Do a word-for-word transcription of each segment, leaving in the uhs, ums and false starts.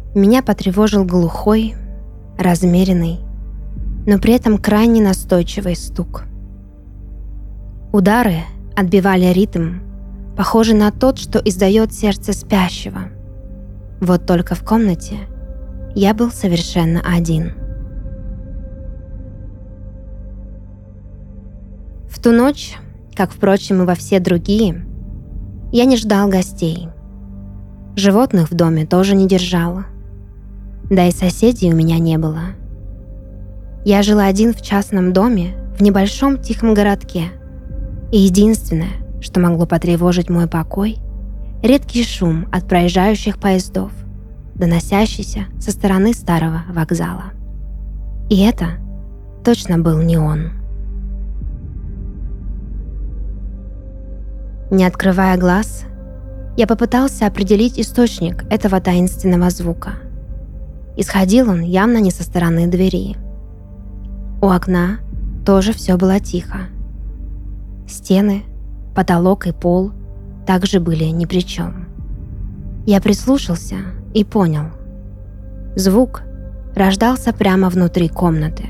меня потревожил глухой, размеренный, но при этом крайне настойчивый стук. Удары отбивали ритм, похожий на тот, что издает сердце спящего. Вот только в комнате я был совершенно один. В ту ночь, как, впрочем, и во все другие, я не ждал гостей. Животных в доме тоже не держала. Да и соседей у меня не было. Я жил один в частном доме в небольшом тихом городке. И единственное, что могло потревожить мой покой, редкий шум от проезжающих поездов, доносящийся со стороны старого вокзала. И это точно был не он. Не открывая глаз, я попытался определить источник этого таинственного звука. Исходил он явно не со стороны двери. У окна тоже все было тихо. Стены, потолок и пол также были ни при чем. Я прислушался и понял. Звук рождался прямо внутри комнаты.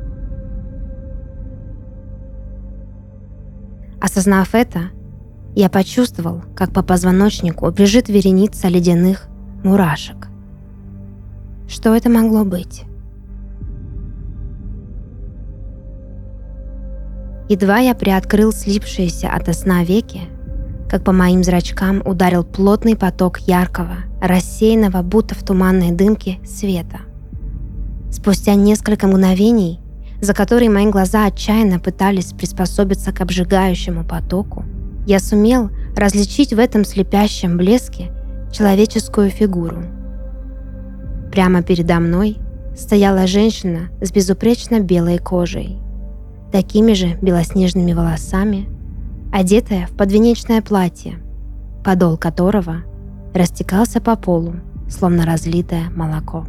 Осознав это, я почувствовал, как по позвоночнику бежит вереница ледяных мурашек. Что это могло быть? Едва я приоткрыл слипшиеся ото сна веки, как по моим зрачкам ударил плотный поток яркого, рассеянного, будто в туманной дымке, света. Спустя несколько мгновений, за которые мои глаза отчаянно пытались приспособиться к обжигающему потоку, я сумел различить в этом слепящем блеске человеческую фигуру. Прямо передо мной стояла женщина с безупречно белой кожей, такими же белоснежными волосами, одетая в подвенечное платье, подол которого растекался по полу, словно разлитое молоко.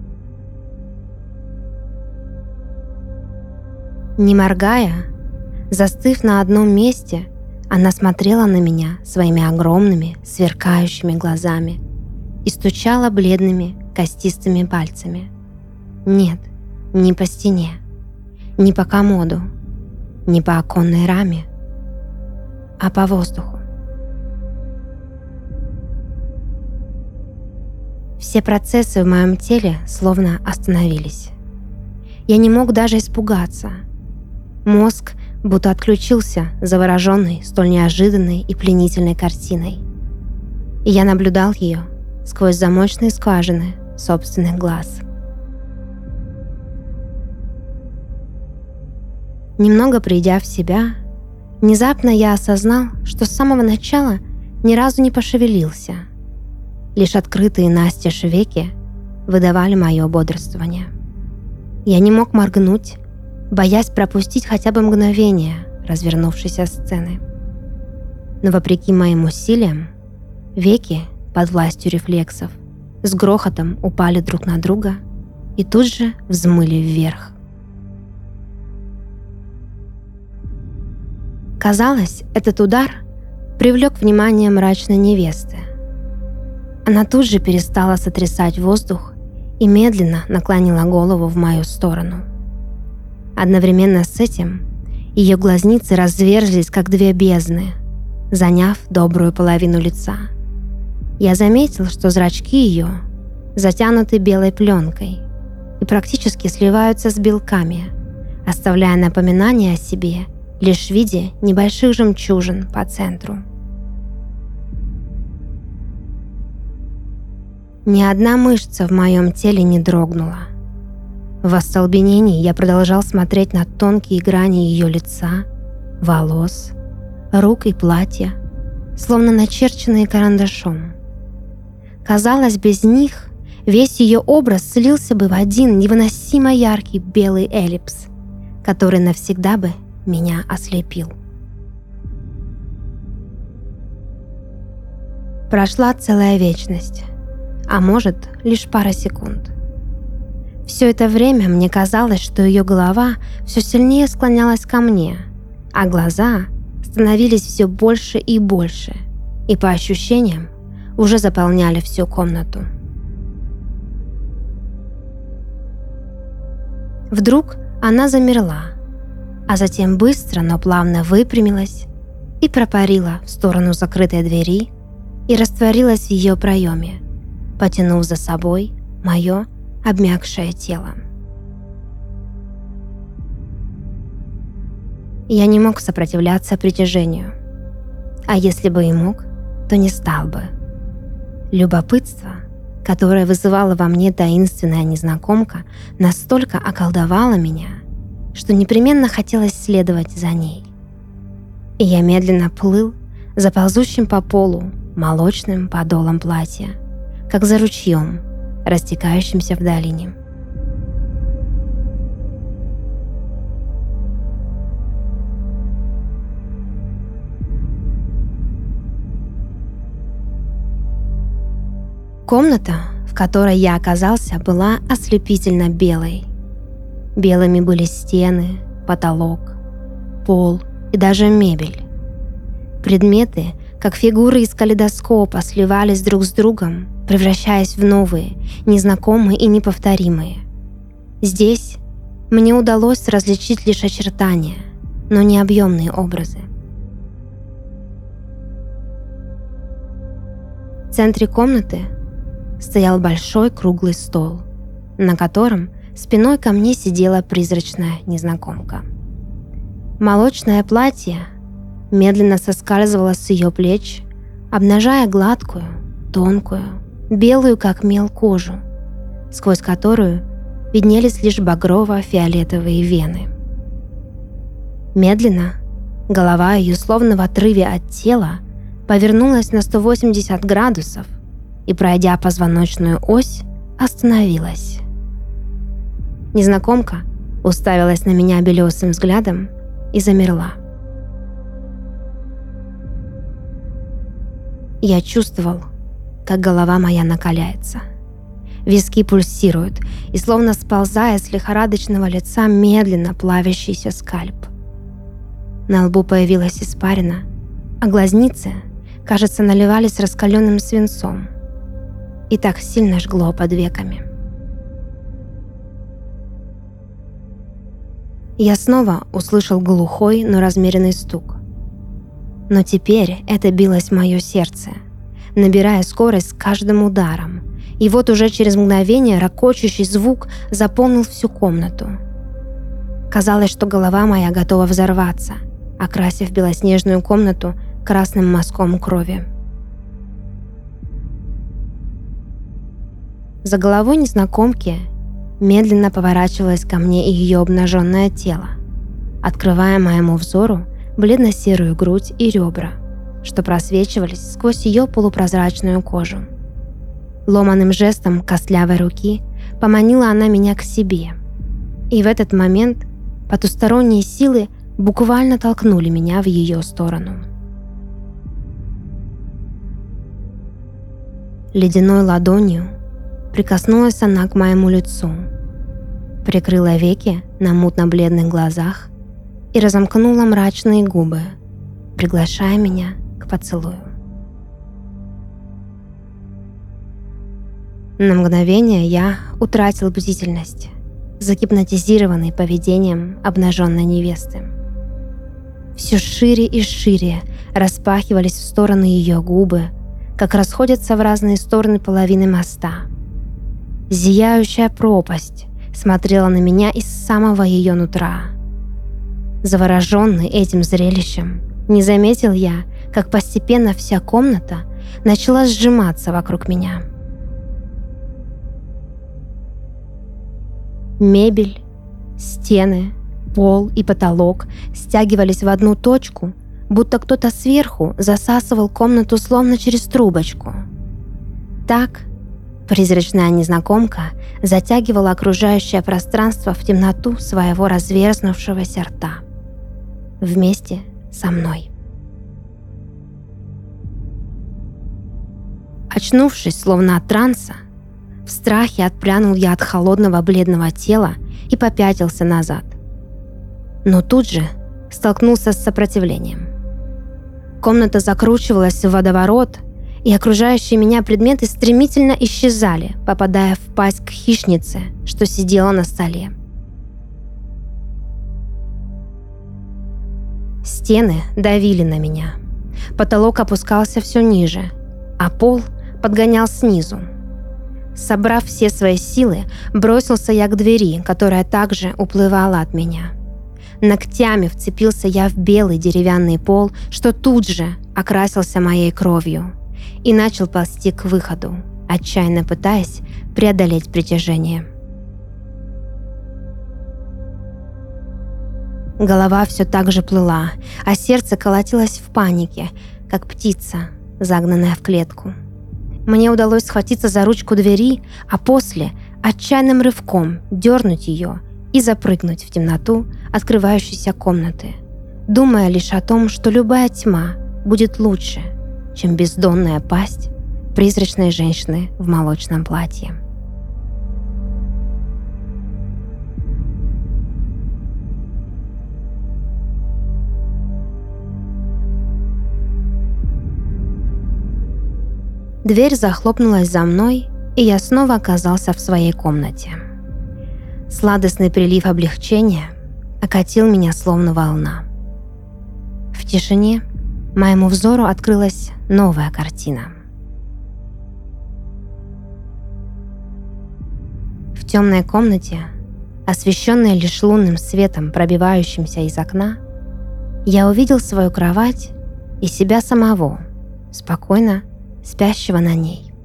Не моргая, застыв на одном месте, она смотрела на меня своими огромными, сверкающими глазами и стучала бледными, костистыми пальцами. Нет, не по стене, не по комоду, не по оконной раме, а по воздуху. Все процессы в моем теле словно остановились. Я не мог даже испугаться. Мозг будто отключился, завороженный столь неожиданной и пленительной картиной. И я наблюдал ее сквозь замочные скважины собственных глаз. Немного придя в себя, внезапно я осознал, что с самого начала ни разу не пошевелился. Лишь открытые настежь веки выдавали мое бодрствование. Я не мог моргнуть, боясь пропустить хотя бы мгновение развернувшейся сцены. Но вопреки моим усилиям, веки под властью рефлексов с грохотом упали друг на друга и тут же взмыли вверх. Казалось, этот удар привлек внимание мрачной невесты. Она тут же перестала сотрясать воздух и медленно наклонила голову в мою сторону. Одновременно с этим ее глазницы разверзлись, как две бездны, заняв добрую половину лица. Я заметил, что зрачки ее затянуты белой пленкой и практически сливаются с белками, оставляя напоминание о себе лишь в виде небольших жемчужин по центру. Ни одна мышца в моем теле не дрогнула. В остолбенении я продолжал смотреть на тонкие грани ее лица, волос, рук и платья, словно начерченные карандашом. Казалось, без них весь ее образ слился бы в один невыносимо яркий белый эллипс, который навсегда бы меня ослепил. Прошла целая вечность, а может, лишь пара секунд. Все это время мне казалось, что ее голова все сильнее склонялась ко мне, а глаза становились все больше и больше, и по ощущениям уже заполняли всю комнату. Вдруг она замерла, а затем быстро, но плавно выпрямилась и пропарила в сторону закрытой двери и растворилась в ее проеме, потянув за собой мое обмякшее тело. Я не мог сопротивляться притяжению, а если бы и мог, то не стал бы. Любопытство, которое вызывала во мне таинственная незнакомка, настолько околдовало меня, что непременно хотелось следовать за ней. И я медленно плыл за ползущим по полу молочным подолом платья, как за ручьем, растекающимся в долине. Комната, в которой я оказался, была ослепительно белой. Белыми были стены, потолок, пол и даже мебель. Предметы, как фигуры из калейдоскопа, сливались друг с другом, превращаясь в новые, незнакомые и неповторимые. Здесь мне удалось различить лишь очертания, но не объемные образы. В центре комнаты стоял большой круглый стол, на котором спиной ко мне сидела призрачная незнакомка. Молочное платье медленно соскальзывало с ее плеч, обнажая гладкую, тонкую, белую как мел кожу, сквозь которую виднелись лишь багрово-фиолетовые вены. Медленно голова ее, словно в отрыве от тела, повернулась на сто восемьдесят градусов и, пройдя позвоночную ось, остановилась. Незнакомка уставилась на меня белесым взглядом и замерла. Я чувствовал, как голова моя накаляется. Виски пульсируют, и словно сползая с лихорадочного лица медленно плавящийся скальп. На лбу появилась испарина, а глазницы, кажется, наливались раскаленным свинцом. И так сильно жгло под веками. Я снова услышал глухой, но размеренный стук. Но теперь это билось мое сердце, набирая скорость с каждым ударом. И вот уже через мгновение ракочущий звук заполнил всю комнату. Казалось, что голова моя готова взорваться, окрасив белоснежную комнату красным мазком крови. За головой незнакомки медленно поворачивалось ко мне и ее обнаженное тело, открывая моему взору бледно-серую грудь и ребра, что просвечивались сквозь ее полупрозрачную кожу. Ломаным жестом костлявой руки поманила она меня к себе, и в этот момент потусторонние силы буквально толкнули меня в ее сторону. Ледяной ладонью прикоснулась она к моему лицу, прикрыла веки на мутно-бледных глазах и разомкнула мрачные губы, приглашая меня к поцелую. На мгновение я утратил бдительность, загипнотизированный поведением обнаженной невесты. Все шире и шире распахивались в стороны ее губы, как расходятся в разные стороны половины моста. Зияющая пропасть смотрела на меня из самого ее нутра. Завороженный этим зрелищем, не заметил я, как постепенно вся комната начала сжиматься вокруг меня. Мебель, стены, пол и потолок стягивались в одну точку, будто кто-то сверху засасывал комнату словно через трубочку. Так призрачная незнакомка затягивала окружающее пространство в темноту своего разверзнувшегося рта. Вместе со мной. Очнувшись, словно от транса, в страхе отпрянул я от холодного бледного тела и попятился назад. Но тут же столкнулся с сопротивлением. Комната закручивалась в водоворот, и окружающие меня предметы стремительно исчезали, попадая в пасть к хищнице, что сидела на столе. Стены давили на меня. Потолок опускался все ниже, а пол подгонял снизу. Собрав все свои силы, бросился я к двери, которая также уплывала от меня. Ногтями вцепился я в белый деревянный пол, что тут же окрасился моей кровью, и начал ползти к выходу, отчаянно пытаясь преодолеть притяжение. Голова все так же плыла, а сердце колотилось в панике, как птица, загнанная в клетку. Мне удалось схватиться за ручку двери, а после отчаянным рывком дернуть ее и запрыгнуть в темноту открывающейся комнаты, думая лишь о том, что любая тьма будет лучше, чем бездонная пасть призрачной женщины в молочном платье. Дверь захлопнулась за мной, и я снова оказался в своей комнате. Сладостный прилив облегчения окатил меня словно волна. В тишине моему взору открылась новая картина. В темной комнате, освещенной лишь лунным светом, пробивающимся из окна, я увидел свою кровать и себя самого, спокойно спящего на ней.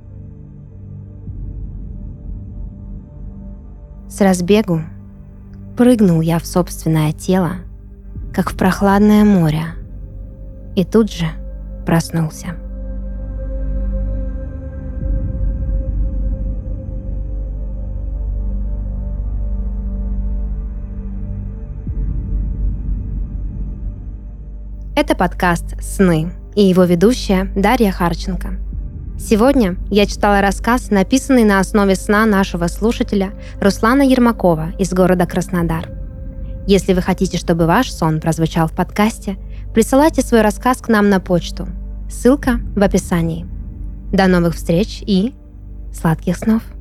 С разбегу прыгнул я в собственное тело, как в прохладное море, и тут же проснулся. Это подкаст «Сны» и его ведущая Дарья Харченко. Сегодня я читала рассказ, написанный на основе сна нашего слушателя Руслана Ермакова из города Краснодар. Если вы хотите, чтобы ваш сон прозвучал в подкасте, присылайте свой рассказ к нам на почту. Ссылка в описании. До новых встреч и сладких снов!